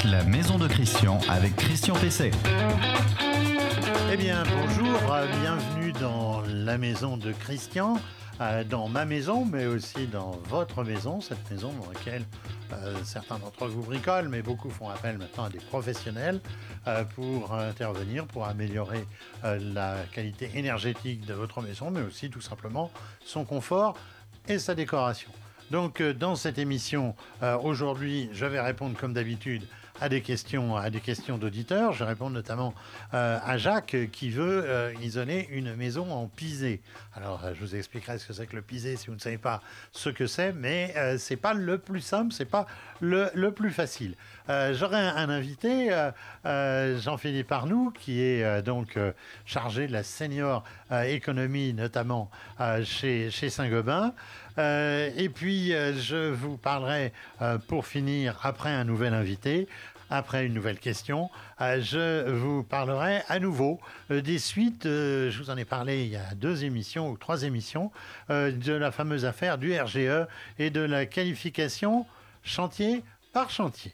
La Maison de Christian avec Christian Pesset. Eh bien, bonjour, bienvenue dans la Maison de Christian, dans ma maison, mais aussi dans votre maison, cette maison dans laquelle certains d'entre vous bricolent, mais beaucoup font appel maintenant à des professionnels pour intervenir, pour améliorer la qualité énergétique de votre maison, mais aussi tout simplement son confort et sa décoration. Donc, dans cette émission, aujourd'hui, je vais répondre comme d'habitude à des questions d'auditeurs. Je réponds notamment à Jacques qui veut isoler une maison en pisé. Alors, je vous expliquerai ce que c'est que le pisé si vous ne savez pas ce que c'est, mais c'est pas le plus simple, c'est pas le plus facile. J'aurai un invité, Jean-Philippe Arnoux, qui est donc chargé de la senior économie, notamment chez Saint-Gobain. Et puis, je vous parlerai, pour finir, après un nouvel invité, après une nouvelle question, je vous parlerai à nouveau des suites, je vous en ai parlé il y a 2 émissions ou 3 émissions, de la fameuse affaire du RGE et de la qualification chantier par chantier.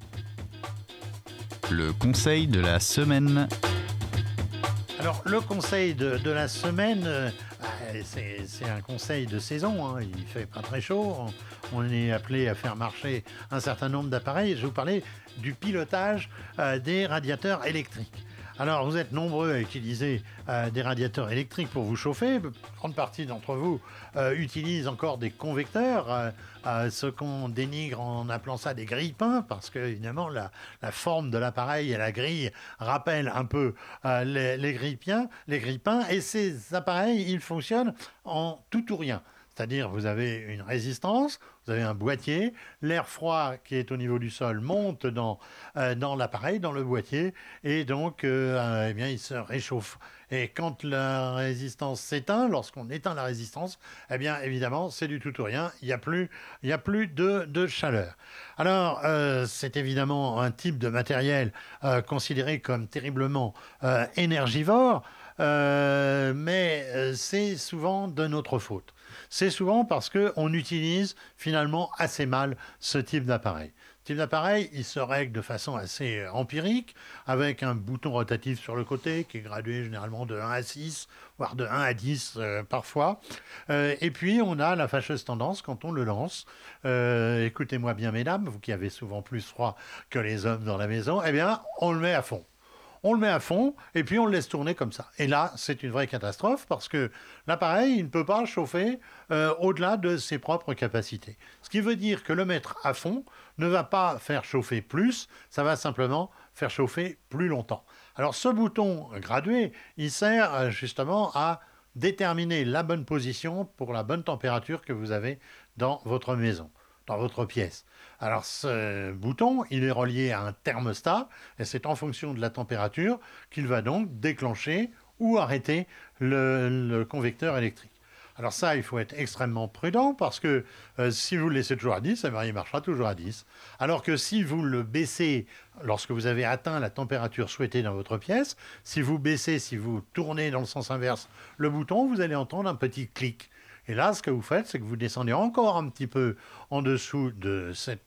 Le conseil de la semaine. Alors, le conseil de la semaine, c'est un conseil de saison, hein. Il ne fait pas très chaud, on est appelé à faire marcher un certain nombre d'appareils. Je vais vous parler du pilotage des radiateurs électriques. Alors, vous êtes nombreux à utiliser des radiateurs électriques pour vous chauffer. Une grande partie d'entre vous utilisent encore des convecteurs, ce qu'on dénigre en appelant ça des grille-pains, parce que, évidemment, la forme de l'appareil et la grille rappellent un peu les grille-pains. Et ces appareils, ils fonctionnent en tout ou rien. C'est-à-dire, vous avez une résistance, vous avez un boîtier, l'air froid qui est au niveau du sol monte dans l'appareil, dans le boîtier, et donc, eh bien, il se réchauffe. Et quand la résistance s'éteint, lorsqu'on éteint la résistance, eh bien, évidemment, c'est du tout ou rien, il n'y a plus de chaleur. Alors, c'est évidemment un type de matériel considéré comme terriblement énergivore, mais c'est souvent de notre faute. C'est souvent parce qu'on utilise finalement assez mal ce type d'appareil. Ce type d'appareil, il se règle de façon assez empirique, avec un bouton rotatif sur le côté qui est gradué généralement de 1 à 6, voire de 1 à 10 parfois. Et puis, on a la fâcheuse tendance, quand on le lance, écoutez-moi bien mesdames, vous qui avez souvent plus froid que les hommes dans la maison, eh bien, on le met à fond. On le met à fond et puis on le laisse tourner comme ça. Et là, c'est une vraie catastrophe parce que l'appareil, il ne peut pas chauffer au-delà de ses propres capacités. Ce qui veut dire que le mettre à fond ne va pas faire chauffer plus, ça va simplement faire chauffer plus longtemps. Alors ce bouton gradué, il sert justement à déterminer la bonne position pour la bonne température que vous avez dans votre maison, dans votre pièce. Alors ce bouton, il est relié à un thermostat et c'est en fonction de la température qu'il va donc déclencher ou arrêter le convecteur électrique. Alors ça, il faut être extrêmement prudent parce que si vous le laissez toujours à 10, eh bien, il marchera toujours à 10. Alors que si vous le baissez lorsque vous avez atteint la température souhaitée dans votre pièce, si vous baissez, si vous tournez dans le sens inverse le bouton, vous allez entendre un petit clic. Et là, ce que vous faites, c'est que vous descendez encore un petit peu en dessous de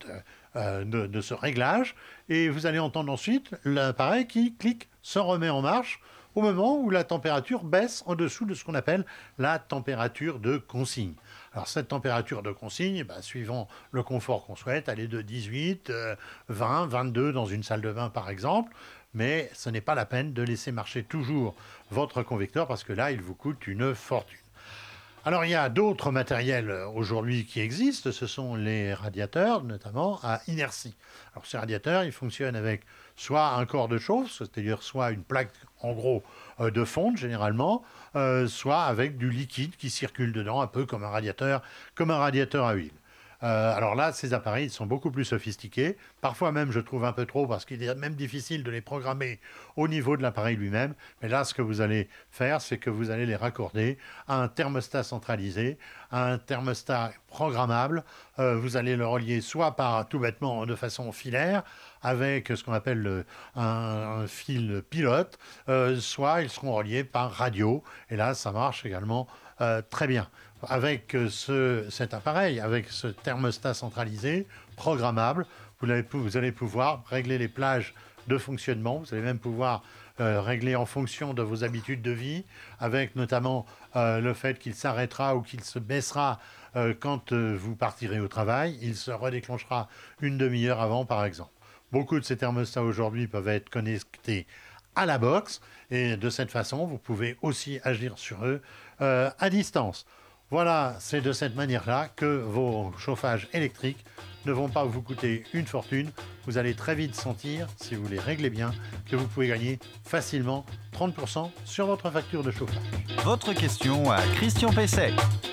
ce réglage et vous allez entendre ensuite l'appareil qui, clic, se remet en marche au moment où la température baisse en dessous de ce qu'on appelle la température de consigne. Alors cette température de consigne, suivant le confort qu'on souhaite, elle est de 18, 20, 22 dans une salle de bain par exemple, mais ce n'est pas la peine de laisser marcher toujours votre convecteur parce que là, il vous coûte une fortune. Alors, il y a d'autres matériels aujourd'hui qui existent, ce sont les radiateurs, notamment à inertie. Alors, ces radiateurs, ils fonctionnent avec soit un corps de chauffe, c'est-à-dire soit une plaque, en gros, de fonte, généralement, soit avec du liquide qui circule dedans, un peu comme un radiateur à huile. Alors là, ces appareils ils sont beaucoup plus sophistiqués. Parfois même, je trouve un peu trop parce qu'il est même difficile de les programmer au niveau de l'appareil lui-même. Mais là, ce que vous allez faire, c'est que vous allez les raccorder à un thermostat centralisé, à un thermostat programmable. Vous allez le relier soit par, tout bêtement, de façon filaire, avec ce qu'on appelle un fil pilote, soit ils seront reliés par radio. Et là, ça marche également très bien. avec cet appareil, avec ce thermostat centralisé, programmable, vous allez pouvoir régler les plages de fonctionnement. Vous allez même pouvoir régler en fonction de vos habitudes de vie, avec notamment le fait qu'il s'arrêtera ou qu'il se baissera quand vous partirez au travail. Il se redéclenchera une demi-heure avant, par exemple. Beaucoup de ces thermostats aujourd'hui peuvent être connectés à la box et de cette façon, vous pouvez aussi agir sur eux à distance. Voilà, c'est de cette manière-là que vos chauffages électriques ne vont pas vous coûter une fortune. Vous allez très vite sentir, si vous les réglez bien, que vous pouvez gagner facilement 30% sur votre facture de chauffage. Votre question à Christian Pesset.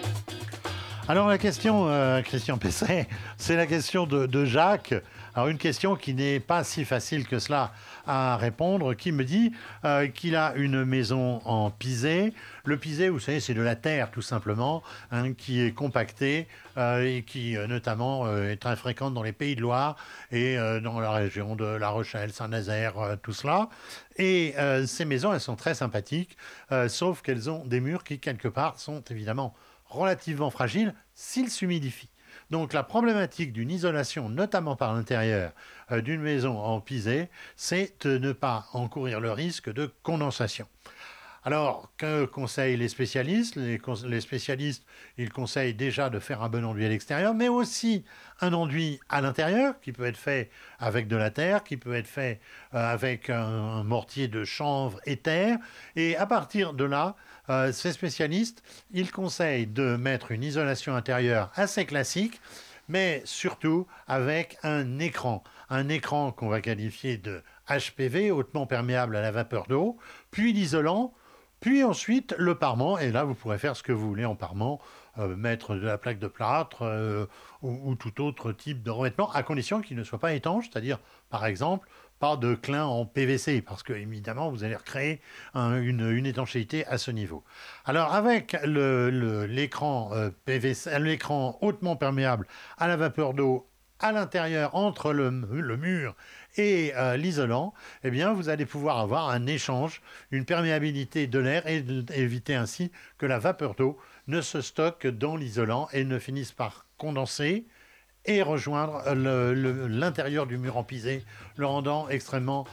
Alors la question, Christian Pesset, c'est la question de Jacques. Alors une question qui n'est pas si facile que cela à répondre, qui me dit qu'il a une maison en pisé. Le pisé, vous savez, c'est de la terre tout simplement, qui est compactée et qui notamment est très fréquente dans les Pays de Loire et dans la région de La Rochelle, Saint-Nazaire, tout cela. Et ces maisons, elles sont très sympathiques, sauf qu'elles ont des murs qui, quelque part, sont évidemment relativement fragiles s'ils s'humidifient. Donc la problématique d'une isolation, notamment par l'intérieur d'une maison en pisé, c'est de ne pas encourir le risque de condensation. Alors, que conseillent les spécialistes ? Les spécialistes, ils conseillent déjà de faire un bon enduit à l'extérieur, mais aussi un enduit à l'intérieur, qui peut être fait avec de la terre, qui peut être fait avec un mortier de chanvre et terre. Et à partir de là, ces spécialistes, ils conseillent de mettre une isolation intérieure assez classique, mais surtout avec un écran qu'on va qualifier de HPV, hautement perméable à la vapeur d'eau, puis l'isolant, puis ensuite le parement, et là vous pourrez faire ce que vous voulez en parement, mettre de la plaque de plâtre ou tout autre type de revêtement, à condition qu'il ne soit pas étanche, c'est-à-dire par exemple pas de clin en PVC, parce que évidemment vous allez recréer une étanchéité à ce niveau. Alors avec l'écran PVC, l'écran hautement perméable à la vapeur d'eau à l'intérieur entre le mur et l'isolant, eh bien, vous allez pouvoir avoir un échange, une perméabilité de l'air et éviter ainsi que la vapeur d'eau ne se stocke dans l'isolant et ne finisse par condenser et rejoindre l'intérieur du mur empisé, le rendant extrêmement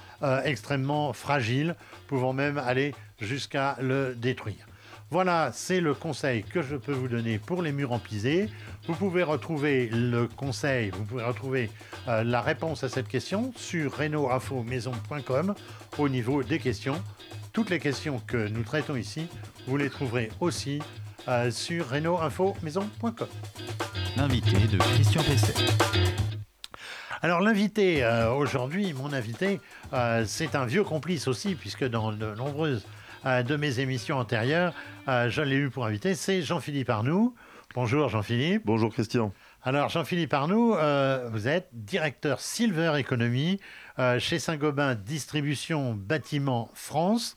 fragile, pouvant même aller jusqu'à le détruire. Voilà, c'est le conseil que je peux vous donner pour les murs empisés. Vous pouvez retrouver le conseil, vous pouvez retrouver la réponse à cette question sur reno-info-maison.com au niveau des questions. Toutes les questions que nous traitons ici, vous les trouverez aussi sur reno-info-maison.com. L'invité de Christian Pesset. Alors l'invité aujourd'hui, mon invité, c'est un vieux complice aussi, puisque dans de nombreuses de mes émissions antérieures, je l'ai eu pour invité, c'est Jean-Philippe Arnoux. Bonjour Jean-Philippe. Bonjour Christian. Alors Jean-Philippe Arnoux, vous êtes directeur Silver Economy chez Saint-Gobain Distribution Bâtiment France.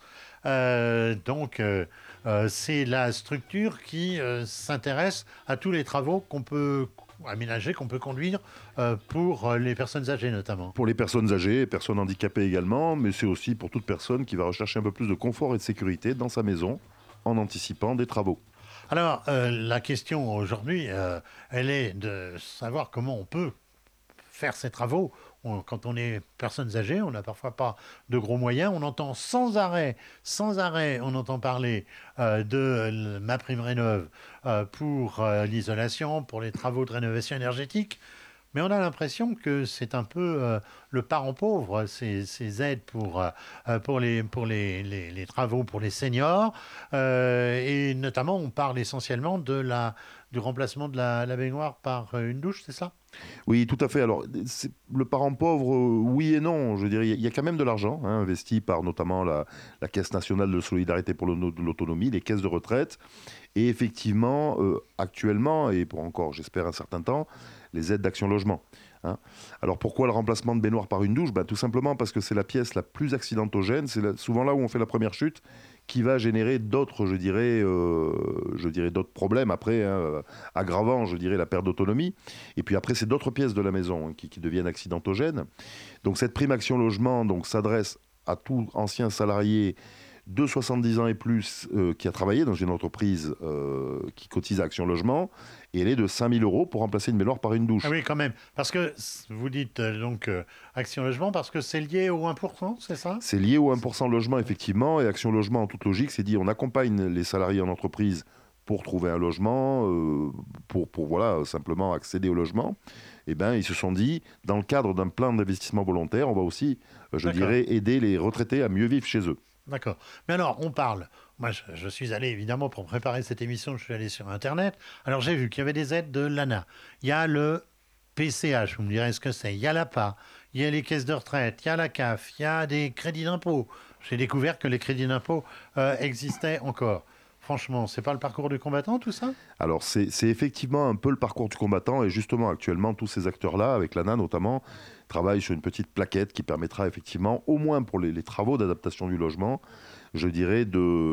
C'est la structure qui s'intéresse à tous les travaux qu'on peut aménager, qu'on peut conduire pour les personnes âgées notamment. Pour les personnes âgées, personnes handicapées également, mais c'est aussi pour toute personne qui va rechercher un peu plus de confort et de sécurité dans sa maison en anticipant des travaux. Alors, la question aujourd'hui, elle est de savoir comment on peut faire ces travaux. Quand on est personnes âgées, on n'a parfois pas de gros moyens. On entend sans arrêt, on entend parler de MaPrimeRénov' pour l'isolation, pour les travaux de rénovation énergétique. Mais on a l'impression que c'est un peu le parent pauvre, ces aides pour les travaux pour les seniors. Et notamment, on parle essentiellement du remplacement de la baignoire par une douche, c'est ça ? Oui, tout à fait. Alors, le parent pauvre, oui et non. Je dirais, il y a quand même de l'argent investi par notamment la Caisse nationale de solidarité pour l'autonomie, les caisses de retraite. Et effectivement, actuellement, et pour encore, j'espère, un certain temps, les aides d'Action Logement. Alors pourquoi le remplacement de baignoire par une douche ? Tout simplement parce que c'est la pièce la plus accidentogène, c'est souvent là où on fait la première chute, qui va générer d'autres, je dirais d'autres problèmes après, aggravant, je dirais, la perte d'autonomie. Et puis après, c'est d'autres pièces de la maison qui deviennent accidentogènes. Donc cette prime Action Logement s'adresse à tout ancien salarié de 70 ans et plus qui a travaillé dans une entreprise qui cotise à Action Logement, et elle est de 5 000 € pour remplacer une baignoire par une douche. Ah oui, quand même. Parce que vous dites Action Logement, parce que c'est lié au 1%, c'est ça? C'est lié au 1% logement, effectivement, et Action Logement, en toute logique, c'est dit on accompagne les salariés en entreprise pour trouver un logement, pour voilà, simplement accéder au logement. Eh ben, ils se sont dit, dans le cadre d'un plan d'investissement volontaire, on va aussi, je dirais, aider les retraités à mieux vivre chez eux. D'accord. Mais alors, on parle. Moi, je suis allé, évidemment, pour préparer cette émission, je suis allé sur Internet. Alors, j'ai vu qu'il y avait des aides de l'ANA. Il y a le PCH, vous me direz ce que c'est. Il y a l'APA, il y a les caisses de retraite, il y a la CAF, il y a des crédits d'impôt. J'ai découvert que les crédits d'impôt existaient encore. Franchement, c'est pas le parcours du combattant, tout ça? Alors, c'est effectivement un peu le parcours du combattant, et justement, actuellement, tous ces acteurs-là, avec l'ANA notamment, travaillent sur une petite plaquette qui permettra effectivement, au moins pour les travaux d'adaptation du logement, je dirais,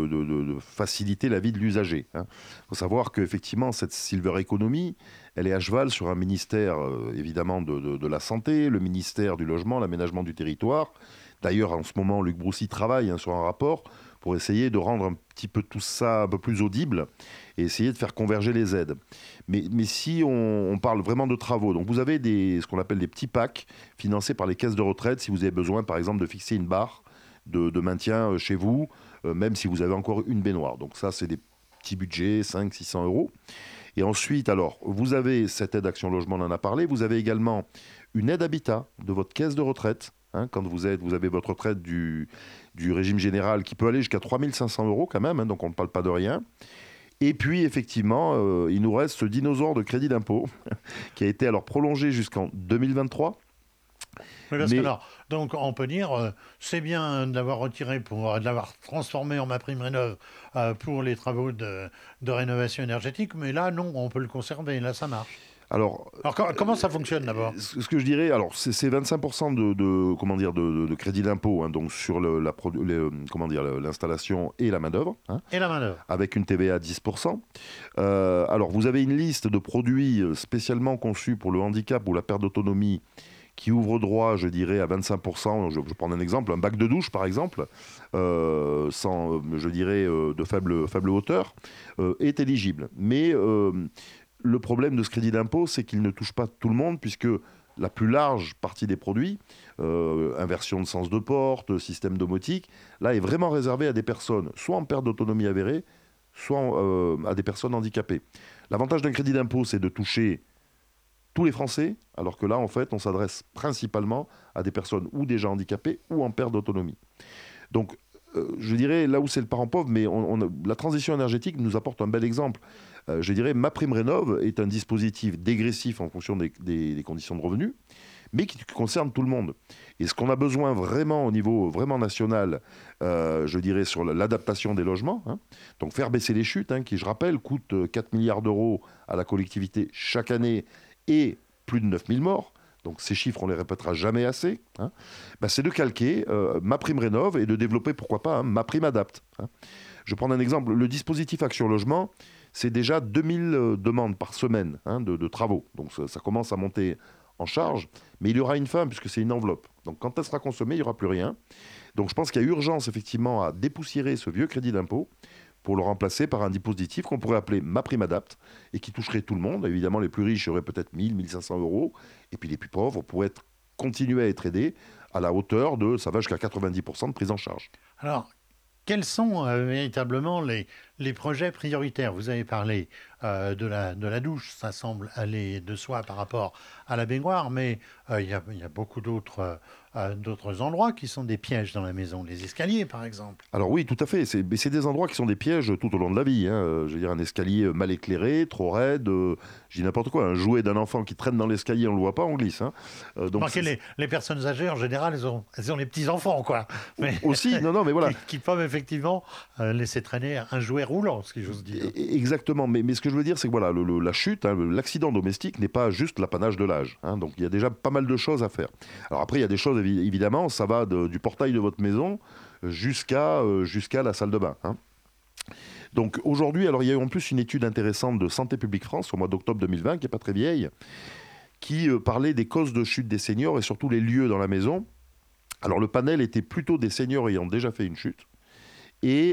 de faciliter la vie de l'usager. Il faut savoir qu'effectivement, cette Silver Economy, elle est à cheval sur un ministère, évidemment, de la Santé, le ministère du Logement, l'Aménagement du Territoire. D'ailleurs, en ce moment, Luc Broussy travaille sur un rapport pour essayer de rendre un petit peu tout ça un peu plus audible et essayer de faire converger les aides. Mais si on parle vraiment de travaux, donc vous avez ce qu'on appelle des petits packs financés par les caisses de retraite si vous avez besoin, par exemple, de fixer une barre de maintien chez vous, même si vous avez encore une baignoire. Donc ça, c'est des petits budgets, 500-600 €. Et ensuite, alors, vous avez cette aide Action Logement, on en a parlé. Vous avez également une aide habitat de votre caisse de retraite. Quand vous avez votre retraite du régime général qui peut aller jusqu'à 3 500 € quand même, donc on ne parle pas de rien. Et puis effectivement, il nous reste ce dinosaure de crédit d'impôt qui a été alors prolongé jusqu'en 2023. Oui, parce que alors, donc on peut dire, c'est bien de l'avoir retiré de l'avoir transformé en MaPrimeRénov' pour les travaux de rénovation énergétique, mais là non, on peut le conserver, là ça marche. Alors comment ça fonctionne d'abord? Ce que je dirais, alors c'est 25% de crédit d'impôt, donc sur l'installation et la main-d'œuvre. Et la main-d'œuvre. Avec une TVA à 10%. Alors vous avez une liste de produits spécialement conçus pour le handicap ou la perte d'autonomie qui ouvre droit, je dirais, à 25%. Je prends un exemple, un bac de douche par exemple, sans, je dirais, de faible hauteur, est éligible. Mais le problème de ce crédit d'impôt, c'est qu'il ne touche pas tout le monde, puisque la plus large partie des produits, inversion de sens de porte, système domotique, là est vraiment réservé à des personnes soit en perte d'autonomie avérée, soit à des personnes handicapées. L'avantage d'un crédit d'impôt, c'est de toucher tous les Français, alors que là, en fait, on s'adresse principalement à des personnes ou déjà handicapées ou en perte d'autonomie. Donc, je dirais, là où c'est le parent pauvre, mais la transition énergétique nous apporte un bel exemple. Je dirais, MaPrimeRénov' est un dispositif dégressif en fonction des conditions de revenus, mais qui concerne tout le monde. Et ce qu'on a besoin vraiment au niveau vraiment national, je dirais, sur l'adaptation des logements, donc faire baisser les chutes, qui, je rappelle, coûtent 4 milliards d'euros à la collectivité chaque année et plus de 9000 morts. Donc ces chiffres, on ne les répétera jamais assez. C'est de calquer MaPrimeRénov' et de développer, pourquoi pas, MaPrimeAdapt'. Je prends un exemple. Le dispositif Action Logement, c'est déjà 2000 demandes par semaine de travaux. Donc ça commence à monter en charge, mais il y aura une fin puisque c'est une enveloppe. Donc quand elle sera consommée, il n'y aura plus rien. Donc je pense qu'il y a urgence effectivement à dépoussiérer ce vieux crédit d'impôt pour le remplacer par un dispositif qu'on pourrait appeler MaPrimeAdapt' et qui toucherait tout le monde. Évidemment, les plus riches auraient peut-être 1 500 €, et puis les plus pauvres pourraient continuer à être aidés à la hauteur de, ça va jusqu'à 90% de prise en charge. Alors, quels sont véritablement les projets prioritaires? Vous avez parlé de la douche, ça semble aller de soi par rapport à la baignoire, mais il y a beaucoup d'autres endroits qui sont des pièges dans la maison, les escaliers par exemple. Alors oui, tout à fait, c'est des endroits qui sont des pièges tout au long de la vie. Je veux dire, un escalier mal éclairé, trop raide, je dis n'importe quoi, un jouet d'un enfant qui traîne dans l'escalier, on ne le voit pas, on glisse. Donc les personnes âgées, en général, elles ont les petits-enfants, quoi. Mais, aussi, non, mais voilà. qui peuvent effectivement laisser traîner un jouet roulant, ce que j'ose dire. Exactement, mais ce que je veux dire, c'est que voilà, la chute, l'accident domestique n'est pas juste l'apanage de l'âge. Donc il y a déjà pas mal de choses à faire. Alors après, il y a des choses, évidemment, ça va du portail de votre maison jusqu'à la salle de bain. Donc aujourd'hui, alors il y a eu en plus une étude intéressante de Santé publique France au mois d'octobre 2020, qui n'est pas très vieille, qui parlait des causes de chute des seniors et surtout les lieux dans la maison. Alors le panel était plutôt des seniors ayant déjà fait une chute. et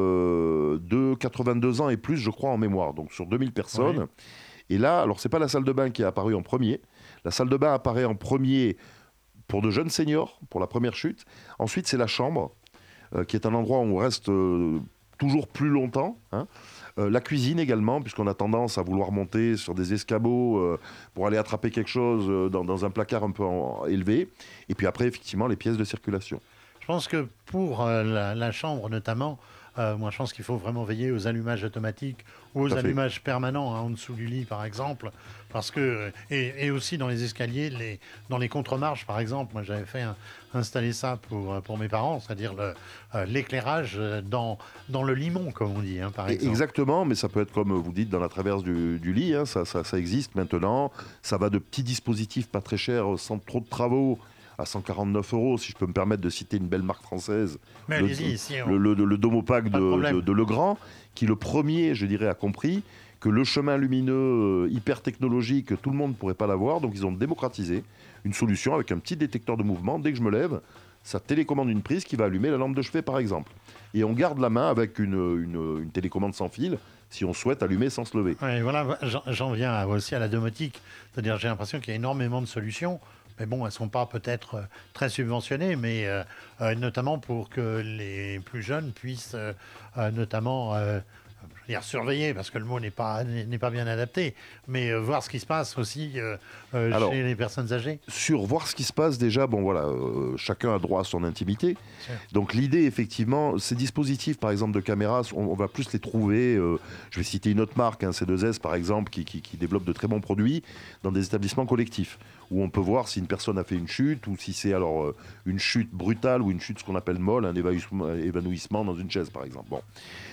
de 82 ans et plus, je crois, en mémoire, donc sur 2000 personnes. Oui. Et là, alors c'est pas la salle de bain qui est apparue en premier. La salle de bain apparaît en premier pour de jeunes seniors, pour la première chute. Ensuite, c'est la chambre, qui est un endroit où on reste toujours plus longtemps, hein. La cuisine également, puisqu'on a tendance à vouloir monter sur des escabeaux pour aller attraper quelque chose dans un placard un peu élevé. Et puis après, effectivement, les pièces de circulation. Je pense que pour la chambre notamment, moi je pense qu'il faut vraiment veiller aux allumages automatiques ou aux Tout à fait. allumages permanents, hein, en dessous du lit par exemple, parce que et aussi dans les escaliers, dans les contre-marches par exemple, moi j'avais fait installer ça pour mes parents, c'est-à-dire l'éclairage dans le limon comme on dit, hein, par exemple. Exactement, mais ça peut être comme vous dites dans la traverse du lit, hein, ça existe maintenant. Ça va de petits dispositifs pas très chers, sans trop de travaux, à 149 €, si je peux me permettre de citer une belle marque française. Mais le, allez-y, ici, le Domopac Pas de problème. de Legrand, qui le premier, je dirais, a compris que le chemin lumineux hyper technologique, tout le monde ne pourrait pas l'avoir, donc ils ont démocratisé une solution avec un petit détecteur de mouvement. Dès que je me lève, ça télécommande une prise qui va allumer la lampe de chevet, par exemple. Et on garde la main avec une télécommande sans fil, si on souhaite allumer sans se lever. Ouais, voilà, j'en viens aussi à la domotique. C'est-à-dire, j'ai l'impression qu'il y a énormément de solutions. Mais bon, elles ne sont pas peut-être très subventionnées, mais notamment pour que les plus jeunes puissent notamment je veux dire surveiller, parce que le mot n'est pas bien adapté, mais voir ce qui se passe aussi Alors, chez les personnes âgées. sur voir ce qui se passe, déjà, bon voilà, chacun a droit à son intimité. Sûr. Donc l'idée, effectivement, ces dispositifs, par exemple, de caméras, on va plus les trouver. Je vais citer une autre marque, hein, C2S, par exemple, qui développe de très bons produits dans des établissements collectifs, où on peut voir si une personne a fait une chute, ou si c'est alors une chute brutale, ou une chute, ce qu'on appelle molle, un évanouissement dans une chaise, par exemple. Bon.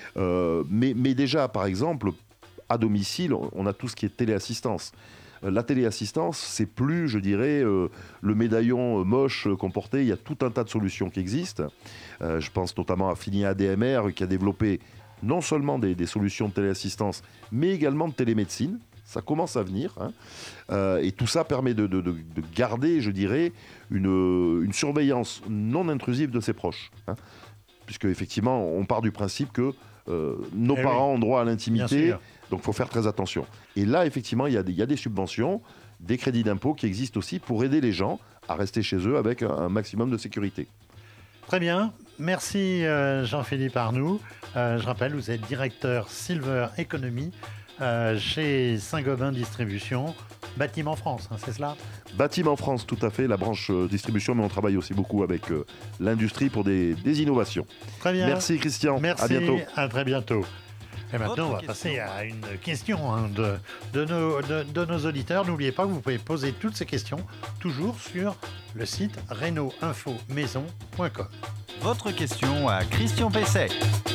Mais déjà, par exemple, à domicile, on a tout ce qui est téléassistance. La téléassistance, c'est plus, je dirais, le médaillon moche qu'on portait. Il y a tout un tas de solutions qui existent. Je pense notamment à Finia ADMR, qui a développé non seulement des solutions de téléassistance, mais également de télémédecine. Ça commence à venir, hein. Et tout ça permet de garder, je dirais, une surveillance non intrusive de ses proches, hein. Puisque, effectivement, on part du principe que nos parents ont droit à l'intimité, donc il faut faire très attention. Et là, effectivement, il y a des subventions, des crédits d'impôt qui existent aussi pour aider les gens à rester chez eux avec un maximum de sécurité. Très bien. Merci Jean-Philippe Arnoux. Je rappelle, vous êtes directeur Silver Economy chez Saint-Gobain Distribution, Bâtiment France, hein, c'est cela ? Bâtiment France, tout à fait, la branche distribution, mais on travaille aussi beaucoup avec l'industrie pour des innovations. Très bien. Merci Christian, Merci, à bientôt. À très bientôt. Et maintenant, on va Autre passer question. à une question, hein, de nos auditeurs. N'oubliez pas que vous pouvez poser toutes ces questions toujours sur le site reno-info-maison.com. Votre question à Christian Pesset.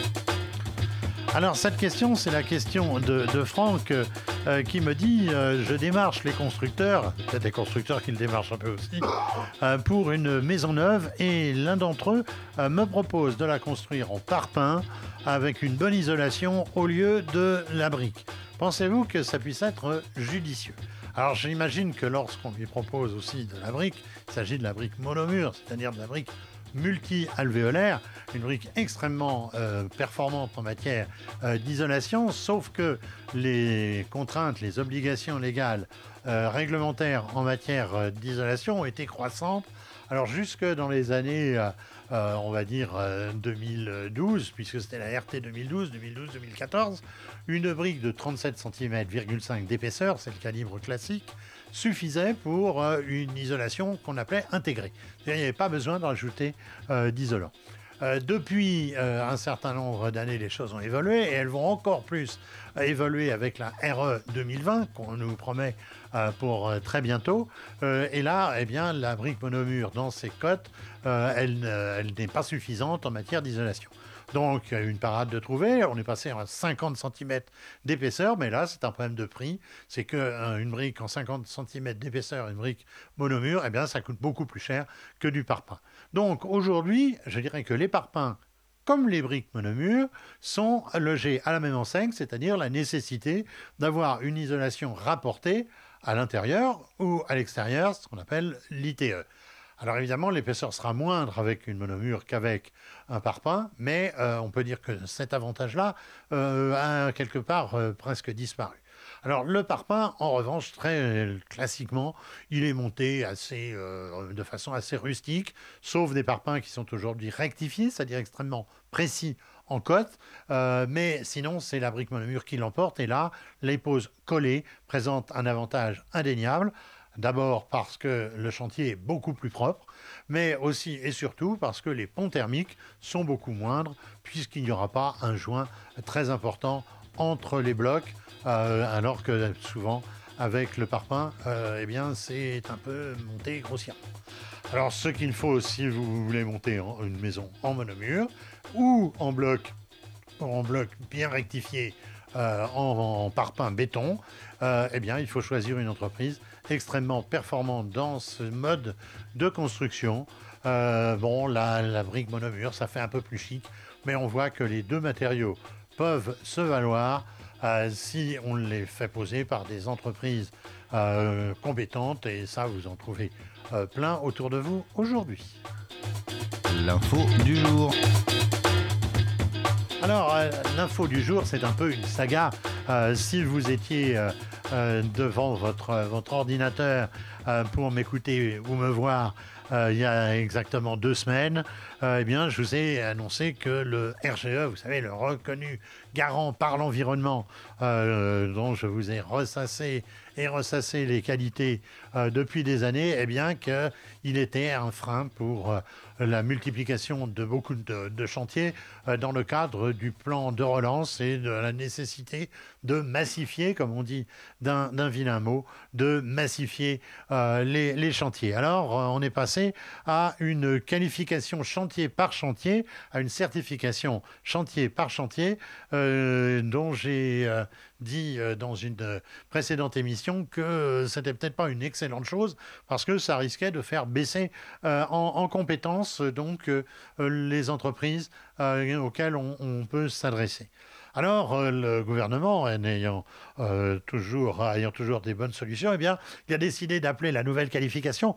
Alors cette question, c'est la question de Franck qui me dit je démarche les constructeurs, peut-être les constructeurs qui le démarchent un peu aussi, pour une maison neuve et l'un d'entre eux me propose de la construire en parpaing avec une bonne isolation au lieu de la brique. Pensez-vous que ça puisse être judicieux ? Alors j'imagine que lorsqu'on lui propose aussi de la brique, il s'agit de la brique monomure, c'est-à-dire de la brique multi-alvéolaire, une brique extrêmement performante en matière d'isolation, sauf que les contraintes, les obligations légales réglementaires en matière d'isolation ont été croissantes. Alors jusque dans les années, on va dire 2012, puisque c'était la RT 2012, 2012-2014, une brique de 37 cm,5 d'épaisseur, c'est le calibre classique, suffisait pour une isolation qu'on appelait intégrée. C'est-à-dire, il n'y avait pas besoin de rajouter d'isolant. Depuis un certain nombre d'années, les choses ont évolué et elles vont encore plus évoluer avec la RE 2020 qu'on nous promet pour très bientôt. Et là, eh bien, la brique monomure dans ses cotes, elle n'est pas suffisante en matière d'isolation. Donc, il y a eu une parade de trouver. On est passé à 50 cm d'épaisseur, mais là, c'est un problème de prix. C'est qu'une brique en 50 cm d'épaisseur, une brique monomure, eh bien, ça coûte beaucoup plus cher que du parpaing. Donc, aujourd'hui, je dirais que les parpaings, comme les briques monomures, sont logés à la même enseigne, c'est-à-dire la nécessité d'avoir une isolation rapportée à l'intérieur ou à l'extérieur, ce qu'on appelle l'ITE. Alors évidemment, l'épaisseur sera moindre avec une monomure qu'avec un parpaing, mais on peut dire que cet avantage-là a quelque part presque disparu. Alors le parpaing, en revanche, très classiquement, il est monté de façon assez rustique, sauf des parpaings qui sont aujourd'hui rectifiés, c'est-à-dire extrêmement précis en cote, mais sinon c'est la brique monomure qui l'emporte, et là, les poses collées présentent un avantage indéniable. D'abord parce que le chantier est beaucoup plus propre, mais aussi et surtout parce que les ponts thermiques sont beaucoup moindres, puisqu'il n'y aura pas un joint très important entre les blocs, alors que souvent, avec le parpaing, eh bien, c'est un peu monté grossièrement. Alors, ce qu'il faut si vous voulez monter une maison en monomure ou en bloc bien rectifié en parpaing béton, eh bien, il faut choisir une entreprise extrêmement performante dans ce mode de construction. La brique monomure, ça fait un peu plus chic, mais on voit que les deux matériaux peuvent se valoir si on les fait poser par des entreprises compétentes, et ça, vous en trouvez plein autour de vous aujourd'hui. L'info du jour. Alors, l'info du jour, c'est un peu une saga. Si vous étiez devant votre ordinateur pour m'écouter ou me voir il y a exactement 2 semaines, eh bien, je vous ai annoncé que le RGE, vous savez, le reconnu garant par l'environnement, dont je vous ai ressassé les qualités depuis des années, eh bien, qu'il était un frein pour la multiplication de beaucoup de chantiers dans le cadre du plan de relance et de la nécessité de massifier, comme on dit d'un vilain mot, de massifier les chantiers. Alors, on est passé à une qualification chantier par chantier, à une certification chantier par chantier, dont j'ai dit dans une précédente émission que c'était peut-être pas une excellente chose parce que ça risquait de faire baisser en compétences donc les entreprises auxquelles on peut s'adresser. Alors, le gouvernement, ayant toujours des bonnes solutions, eh bien, il a décidé d'appeler la nouvelle qualification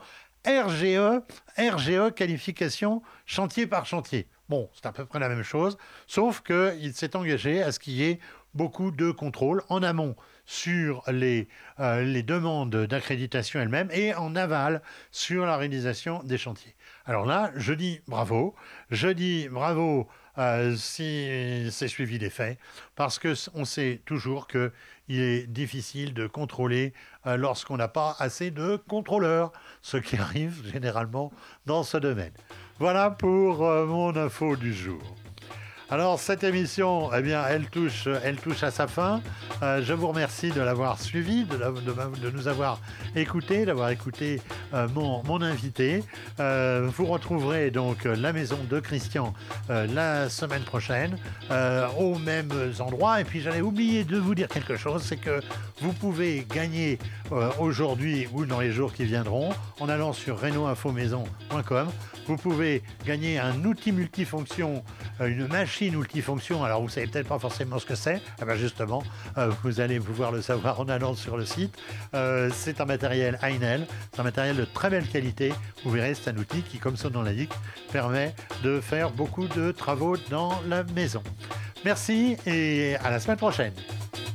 RGE, qualification chantier par chantier. Bon, c'est à peu près la même chose, sauf qu'il s'est engagé à ce qu'il y ait beaucoup de contrôles en amont sur les demandes d'accréditation elles-mêmes et en aval sur la réalisation des chantiers. Alors là, je dis bravo si c'est suivi des faits, parce qu'on sait toujours qu'il est difficile de contrôler lorsqu'on n'a pas assez de contrôleurs, ce qui arrive généralement dans ce domaine. Voilà pour mon info du jour. Alors, cette émission, eh bien, elle touche à sa fin. Je vous remercie de l'avoir suivi, de nous avoir écoutés, d'avoir écouté mon invité. Vous retrouverez donc la maison de Christian la semaine prochaine, aux mêmes endroits. Et puis, j'allais oublier de vous dire quelque chose, c'est que vous pouvez gagner aujourd'hui ou dans les jours qui viendront, en allant sur renoinfomaison.com. Vous pouvez gagner un outil multifonction, une machine multifonction. Alors, vous ne savez peut-être pas forcément ce que c'est. Eh bien, justement, vous allez pouvoir le savoir en allant sur le site. C'est un matériel Heinel. C'est un matériel de très belle qualité. Vous verrez, c'est un outil qui, comme son nom l'indique, permet de faire beaucoup de travaux dans la maison. Merci et à la semaine prochaine.